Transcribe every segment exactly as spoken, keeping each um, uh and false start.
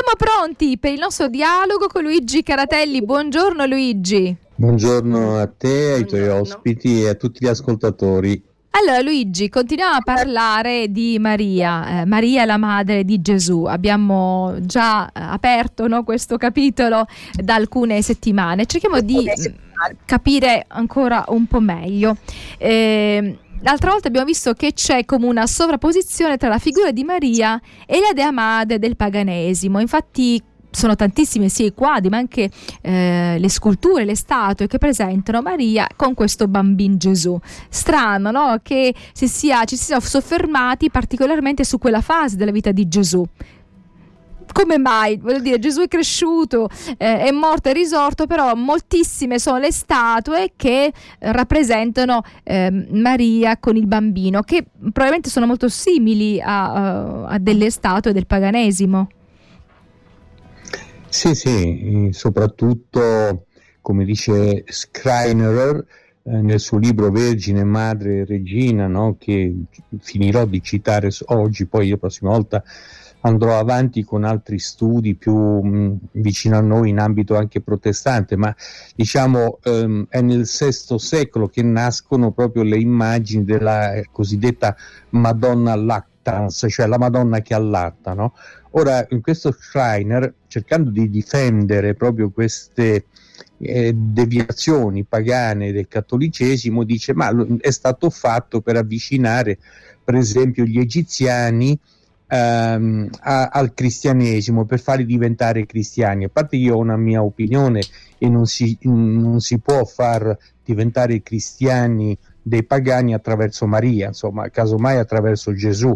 Siamo pronti per il nostro dialogo con Luigi Caratelli. Buongiorno Luigi. Buongiorno a te, ai tuoi ospiti e a tutti gli ascoltatori. Allora Luigi, continuiamo a parlare di Maria, eh, Maria la madre di Gesù. Abbiamo già aperto, no, questo capitolo da alcune settimane. Cerchiamo di capire ancora un po' meglio. Eh, l'altra volta abbiamo visto che c'è come una sovrapposizione tra la figura di Maria e la dea madre del paganesimo. Infatti sono tantissimi sia i quadri ma anche eh, le sculture, le statue che presentano Maria con questo bambino Gesù. Strano, no? Che si sia, ci si sia soffermati particolarmente su quella fase della vita di Gesù. Come mai? Voglio dire, Gesù è cresciuto, eh, è morto e risorto, però moltissime sono le statue che eh, rappresentano eh, Maria con il bambino, che probabilmente sono molto simili a, a delle statue del paganesimo. Sì, sì, soprattutto, come dice Schreiner eh, nel suo libro Vergine, Madre e Regina, no? Che finirò di citare oggi, poi la prossima volta andrò avanti con altri studi più mh, vicino a noi in ambito anche protestante, ma diciamo ehm, è nel sesto secolo che nascono proprio le immagini della cosiddetta Madonna Lactans, cioè la Madonna che allatta, no? Ora, in questo Schreiner, cercando di difendere proprio queste eh, deviazioni pagane del cattolicesimo, dice ma è stato fatto per avvicinare per esempio gli egiziani ehm, a, al cristianesimo, per farli diventare cristiani. A parte io ho una mia opinione e non si, non si può far diventare cristiani dei pagani attraverso Maria, insomma, casomai attraverso Gesù.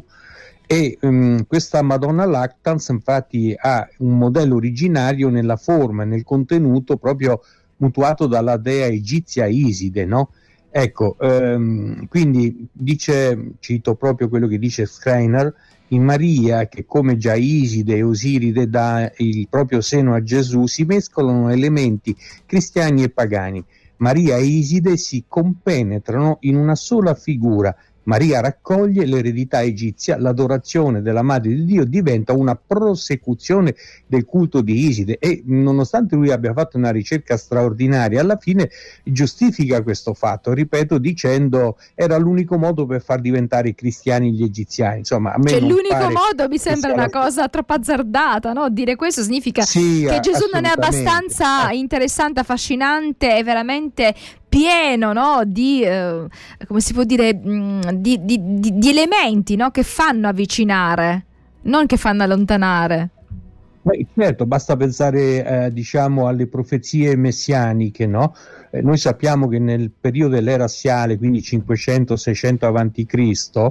E um, questa Madonna Lactans infatti ha un modello originario nella forma e nel contenuto proprio mutuato dalla dea egizia Iside, no? Ecco, um, quindi dice, cito proprio quello che dice Schreiner, in Maria, che come già Iside e Osiride dà il proprio seno a Gesù, si mescolano elementi cristiani e pagani. Maria e Iside si compenetrano in una sola figura. Maria raccoglie l'eredità egizia, l'adorazione della Madre di Dio diventa una prosecuzione del culto di Iside e nonostante lui abbia fatto una ricerca straordinaria, alla fine giustifica questo fatto, ripeto, dicendo era l'unico modo per far diventare cristiani gli egiziani. Insomma, a me cioè, non l'unico pare modo mi sembra una cosa troppo azzardata, no? Dire questo significa sì, che Gesù non è abbastanza interessante, affascinante e veramente pieno, no, di eh, come si può dire mh, di, di, di, di elementi, no, che fanno avvicinare, non che fanno allontanare. Beh, certo, basta pensare eh, diciamo alle profezie messianiche, no? Eh, noi sappiamo che nel periodo dell'era assiale, quindi cinquecento seicento avanti Cristo,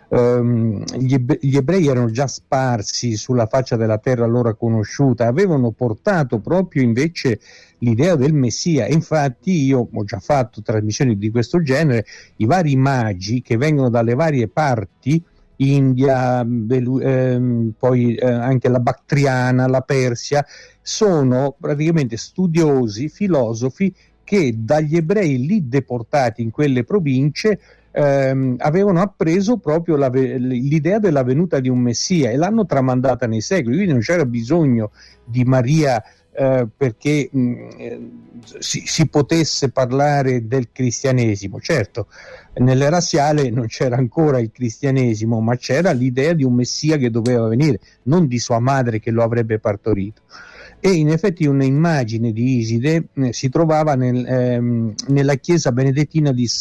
ehm, gli, eb- gli ebrei erano già sparsi sulla faccia della terra allora conosciuta, avevano portato proprio invece l'idea del Messia. Infatti io ho già fatto trasmissioni di questo genere, i vari magi che vengono dalle varie parti, India, ehm, poi eh, anche la Bactriana, la Persia, sono praticamente studiosi, filosofi che dagli ebrei lì deportati in quelle province ehm, avevano appreso proprio la, l'idea della venuta di un Messia e l'hanno tramandata nei secoli, quindi non c'era bisogno di Maria Eh, perché mh, si, si potesse parlare del cristianesimo. Certo, nell'era assiale non c'era ancora il cristianesimo, ma c'era l'idea di un Messia che doveva venire, non di sua madre che lo avrebbe partorito. E in effetti un'immagine di Iside eh, si trovava nel, ehm, nella chiesa benedettina di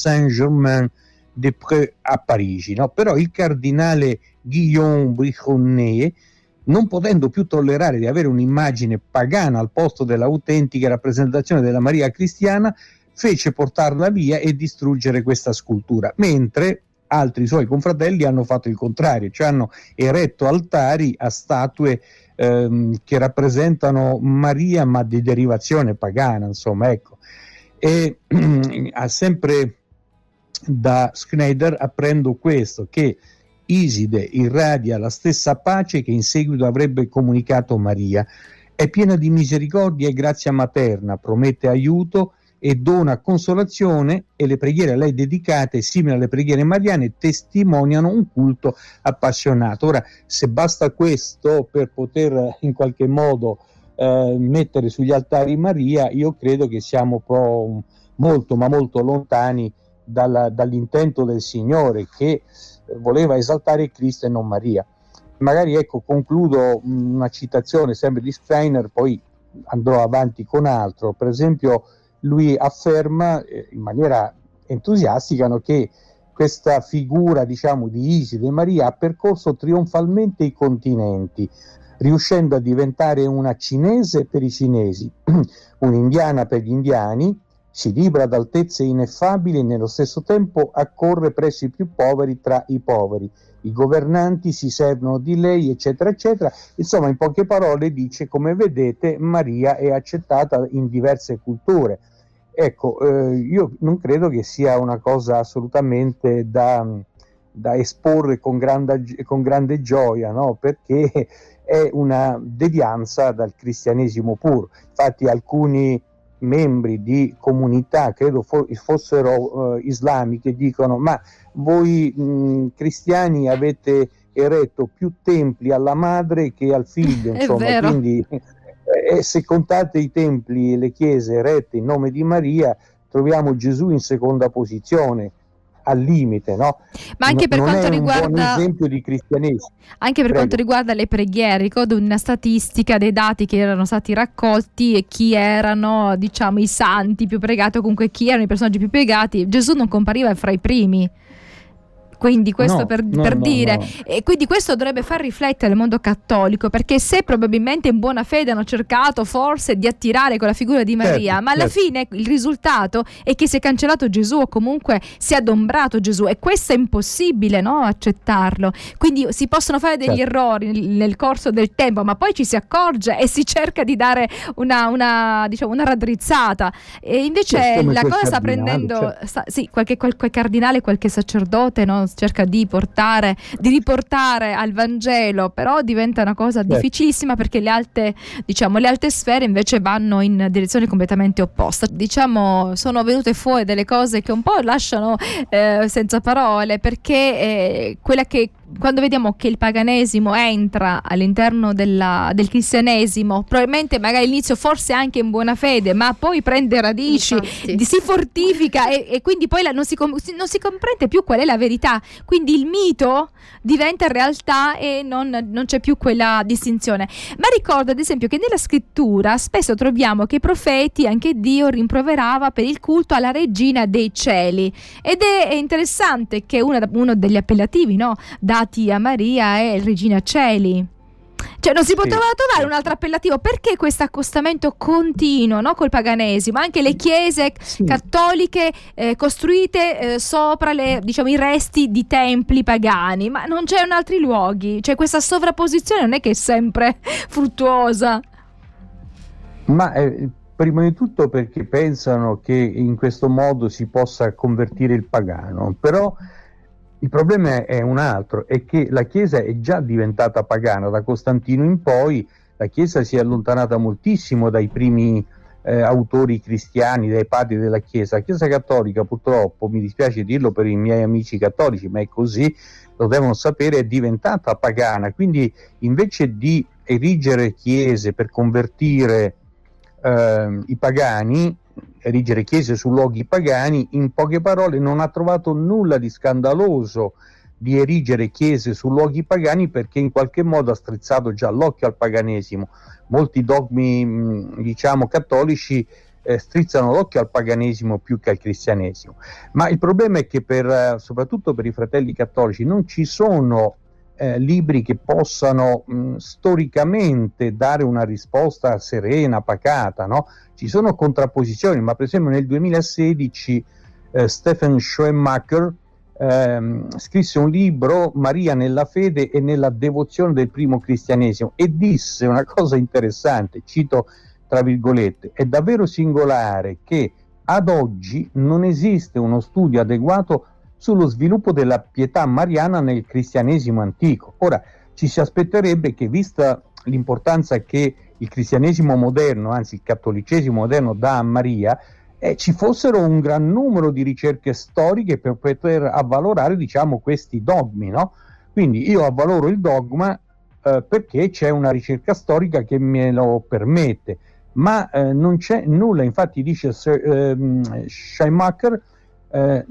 Saint-Germain-des-Prés a Parigi, no? Però il cardinale Guillaume Briconnet, non potendo più tollerare di avere un'immagine pagana al posto dell'autentica rappresentazione della Maria cristiana, fece portarla via e distruggere questa scultura, mentre altri suoi confratelli hanno fatto il contrario, cioè hanno eretto altari a statue ehm, che rappresentano Maria ma di derivazione pagana, insomma, ecco. E ha sempre da Schneider apprendo questo, che Iside irradia la stessa pace che in seguito avrebbe comunicato Maria. È piena di misericordia e grazia materna, promette aiuto e dona consolazione, e le preghiere a lei dedicate, simili alle preghiere mariane, testimoniano un culto appassionato. Ora, se basta questo per poter in qualche modo eh, mettere sugli altari Maria, io credo che siamo pro, molto ma molto lontani dalla, dall'intento del Signore, che voleva esaltare Cristo e non Maria. Magari, ecco, concludo una citazione sempre di Steiner, poi andrò avanti con altro. Per esempio, lui afferma eh, in maniera entusiastica, no, che questa figura, diciamo, di Iside e Maria ha percorso trionfalmente i continenti, riuscendo a diventare una cinese per i cinesi, un'indiana per gli indiani, si libera da altezze ineffabili e nello stesso tempo accorre presso i più poveri tra i poveri. I governanti si servono di lei, eccetera, eccetera. Insomma, in poche parole dice: come vedete, Maria è accettata in diverse culture. Ecco, eh, io non credo che sia una cosa assolutamente da, da esporre con grande, con grande gioia, no? Perché è una devianza dal cristianesimo puro. Infatti alcuni membri di comunità, credo fossero uh, islamiche, dicono: ma voi mh, cristiani avete eretto più templi alla madre che al figlio, insomma, quindi eh, se contate i templi e le chiese erette in nome di Maria, troviamo Gesù in seconda posizione, al limite, no? Ma anche per non quanto è riguarda un buon esempio di cristianesimo. Anche per Prego. Quanto riguarda le preghiere, ricordo una statistica dei dati che erano stati raccolti e chi erano, diciamo, i santi più pregati, o comunque chi erano i personaggi più pregati. Gesù non compariva fra i primi. Quindi questo no, per, no, per no, dire no. E quindi questo dovrebbe far riflettere il mondo cattolico, perché se probabilmente in buona fede hanno cercato forse di attirare con la figura di Maria, certo, ma alla certo. fine il risultato è che si è cancellato Gesù, o comunque si è adombrato Gesù, e questo è impossibile, no? Accettarlo. Quindi si possono fare degli Certo. errori nel, nel corso del tempo, ma poi ci si accorge e si cerca di dare una, una diciamo una raddrizzata, e invece Sì, come la quel cosa sta cardinale, prendendo certo. sta, sì, qualche, qualche cardinale, qualche sacerdote, no? Cerca di portare, di riportare al Vangelo, però diventa una cosa Certo. difficilissima, perché le alte, diciamo, le alte sfere invece vanno in direzione completamente opposta. Diciamo, sono venute fuori delle cose che un po' lasciano eh, senza parole, perché eh, quella che quando vediamo che il paganesimo entra all'interno della, del cristianesimo, probabilmente magari all'inizio forse anche in buona fede, ma poi prende radici, di, si fortifica e, e quindi poi la, non, si, non si comprende più qual è la verità, quindi il mito diventa realtà e non, non c'è più quella distinzione. Ma ricordo ad esempio che nella scrittura spesso troviamo che i profeti, anche Dio rimproverava per il culto alla regina dei cieli, ed è interessante che una, uno degli appellativi, no, dati a Maria è Regina Cieli. Cioè non si poteva Sì, trovare sì. un altro appellativo? Perché questo accostamento continuo, no, col paganesimo? Anche le chiese Sì. cattoliche eh, costruite eh, sopra le, diciamo, i resti di templi pagani, ma non c'erano altri luoghi. Cioè questa sovrapposizione non è che è sempre fruttuosa. Ma eh, prima di tutto perché pensano che in questo modo si possa convertire il pagano, però il problema è un altro, è che la Chiesa è già diventata pagana. Da Costantino in poi la Chiesa si è allontanata moltissimo dai primi eh, autori cristiani, dai padri della Chiesa. La Chiesa cattolica, purtroppo, mi dispiace dirlo per i miei amici cattolici, ma è così, lo devono sapere, è diventata pagana. Quindi invece di erigere chiese per convertire eh, i pagani, erigere chiese su luoghi pagani, in poche parole non ha trovato nulla di scandaloso di erigere chiese su luoghi pagani, perché in qualche modo ha strizzato già l'occhio al paganesimo. Molti dogmi, diciamo, cattolici eh, strizzano l'occhio al paganesimo più che al cristianesimo. Ma il problema è che per, soprattutto per i fratelli cattolici, non ci sono Eh, libri che possano mh, storicamente dare una risposta serena, pacata, no? Ci sono contrapposizioni, ma per esempio nel duemilasedici eh, Stephen Schoemaker ehm, scrisse un libro, Maria nella fede e nella devozione del primo cristianesimo, e disse una cosa interessante, cito tra virgolette: è davvero singolare che ad oggi non esiste uno studio adeguato sullo sviluppo della pietà mariana nel cristianesimo antico. Ora, ci si aspetterebbe che, vista l'importanza che il cristianesimo moderno, anzi il cattolicesimo moderno, dà a Maria, eh, ci fossero un gran numero di ricerche storiche per poter avvalorare, diciamo, questi dogmi, no? Quindi io avvaloro il dogma eh, perché c'è una ricerca storica che me lo permette, ma eh, non c'è nulla. Infatti dice eh, Schleiermacher, eh,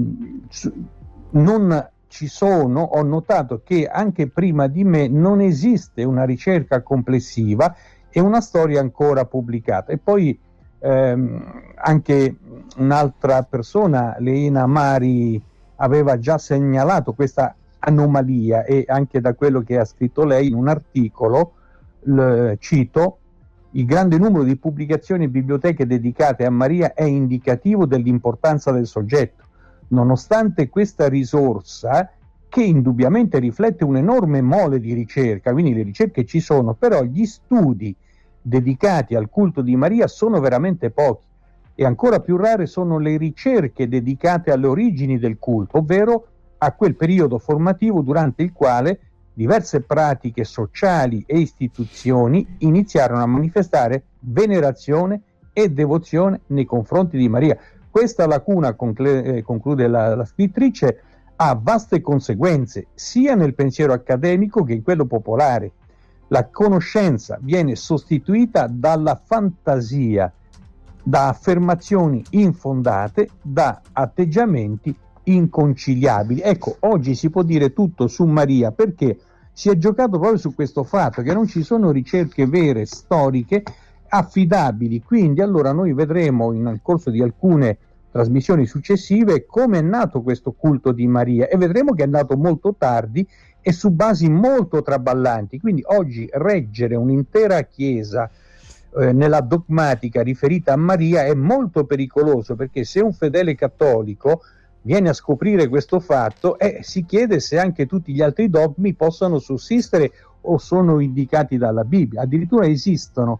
non ci sono, ho notato che anche prima di me non esiste una ricerca complessiva e una storia ancora pubblicata. E poi ehm, anche un'altra persona, Leena Mari, aveva già segnalato questa anomalia, e anche da quello che ha scritto lei in un articolo, l- cito: il grande numero di pubblicazioni e biblioteche dedicate a Maria è indicativo dell'importanza del soggetto. Nonostante questa risorsa, che indubbiamente riflette un enorme mole di ricerca, quindi le ricerche ci sono, però gli studi dedicati al culto di Maria sono veramente pochi, e ancora più rare sono le ricerche dedicate alle origini del culto, ovvero a quel periodo formativo durante il quale diverse pratiche sociali e istituzioni iniziarono a manifestare venerazione e devozione nei confronti di Maria. Questa lacuna, conclude, conclude la, la scrittrice, ha vaste conseguenze sia nel pensiero accademico che in quello popolare. La conoscenza viene sostituita dalla fantasia, da affermazioni infondate, da atteggiamenti inconciliabili. Ecco, oggi si può dire tutto su Maria perché si è giocato proprio su questo fatto che non ci sono ricerche vere, storiche, affidabili. Quindi allora noi vedremo nel corso di alcune trasmissioni successive come è nato questo culto di Maria, e vedremo che è nato molto tardi e su basi molto traballanti. Quindi oggi reggere un'intera chiesa eh, nella dogmatica riferita a Maria è molto pericoloso, perché se un fedele cattolico viene a scoprire questo fatto, eh, si chiede se anche tutti gli altri dogmi possano sussistere o sono indicati dalla Bibbia. Addirittura esistono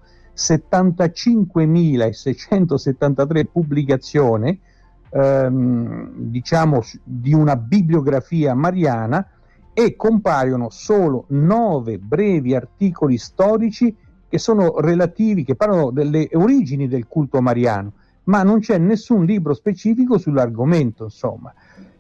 settantacinquemilaseicentosettantatré pubblicazioni ehm, diciamo di una bibliografia mariana, e compaiono solo nove brevi articoli storici che sono relativi, che parlano delle origini del culto mariano, ma non c'è nessun libro specifico sull'argomento, insomma.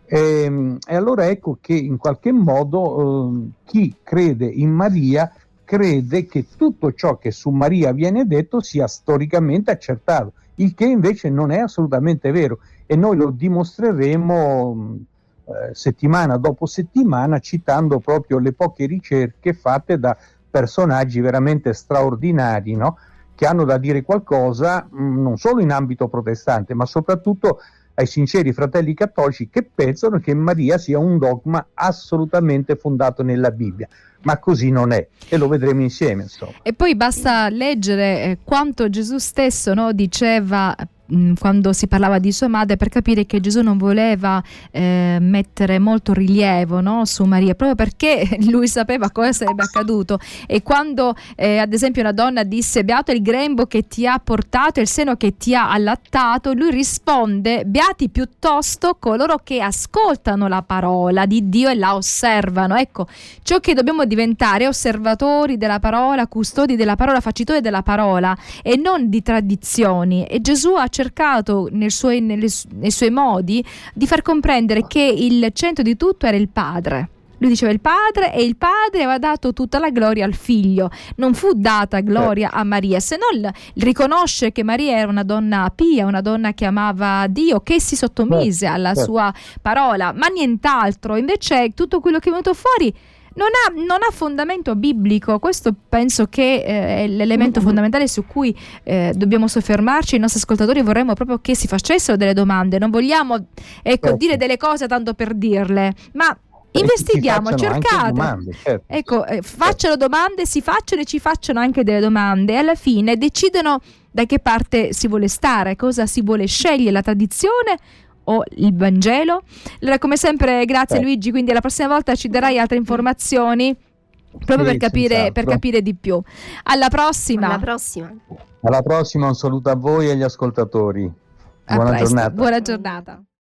E, e allora ecco che in qualche modo eh, chi crede in Maria crede che tutto ciò che su Maria viene detto sia storicamente accertato, il che invece non è assolutamente vero, e noi lo dimostreremo eh, settimana dopo settimana, citando proprio le poche ricerche fatte da personaggi veramente straordinari, no? Che hanno da dire qualcosa mh, non solo in ambito protestante, ma soprattutto ai sinceri fratelli cattolici che pensano che Maria sia un dogma assolutamente fondato nella Bibbia. Ma così non è, e lo vedremo insieme, insomma. E poi basta leggere eh, quanto Gesù stesso, no, diceva mh, quando si parlava di sua madre, per capire che Gesù non voleva eh, mettere molto rilievo, no, su Maria, proprio perché lui sapeva cosa sarebbe accaduto. E quando eh, ad esempio una donna disse: beato il grembo che ti ha portato e il seno che ti ha allattato, lui risponde: beati piuttosto coloro che ascoltano la parola di Dio e la osservano. Ecco, ciò che dobbiamo diventare: osservatori della parola, custodi della parola, facitori della parola, e non di tradizioni. E Gesù ha cercato nei suoi, nelle, nei suoi modi di far comprendere che il centro di tutto era il Padre. Lui diceva il Padre, e il Padre aveva dato tutta la gloria al Figlio. Non fu data gloria a Maria, se non il riconoscere che Maria era una donna pia, una donna che amava Dio, che si sottomise alla sua parola, ma nient'altro. Invece tutto quello che è venuto fuori non ha, non ha fondamento biblico. Questo penso che eh, è l'elemento mm-hmm. fondamentale su cui eh, dobbiamo soffermarci. I nostri ascoltatori vorremmo proprio che si facessero delle domande, non vogliamo ecco, certo. dire delle cose tanto per dirle, ma investighiamo, cercate, domande, certo. ecco, eh, facciano domande, si facciano e ci facciano anche delle domande, e alla fine decidono da che parte si vuole stare, cosa si vuole scegliere, la tradizione o il Vangelo. Allora, come sempre, grazie eh. Luigi, quindi alla prossima volta ci darai altre informazioni proprio sì, per capire per capire di più. Alla prossima. Alla prossima. Alla prossima, un saluto a voi e agli ascoltatori. A Buona presto. giornata. Buona giornata.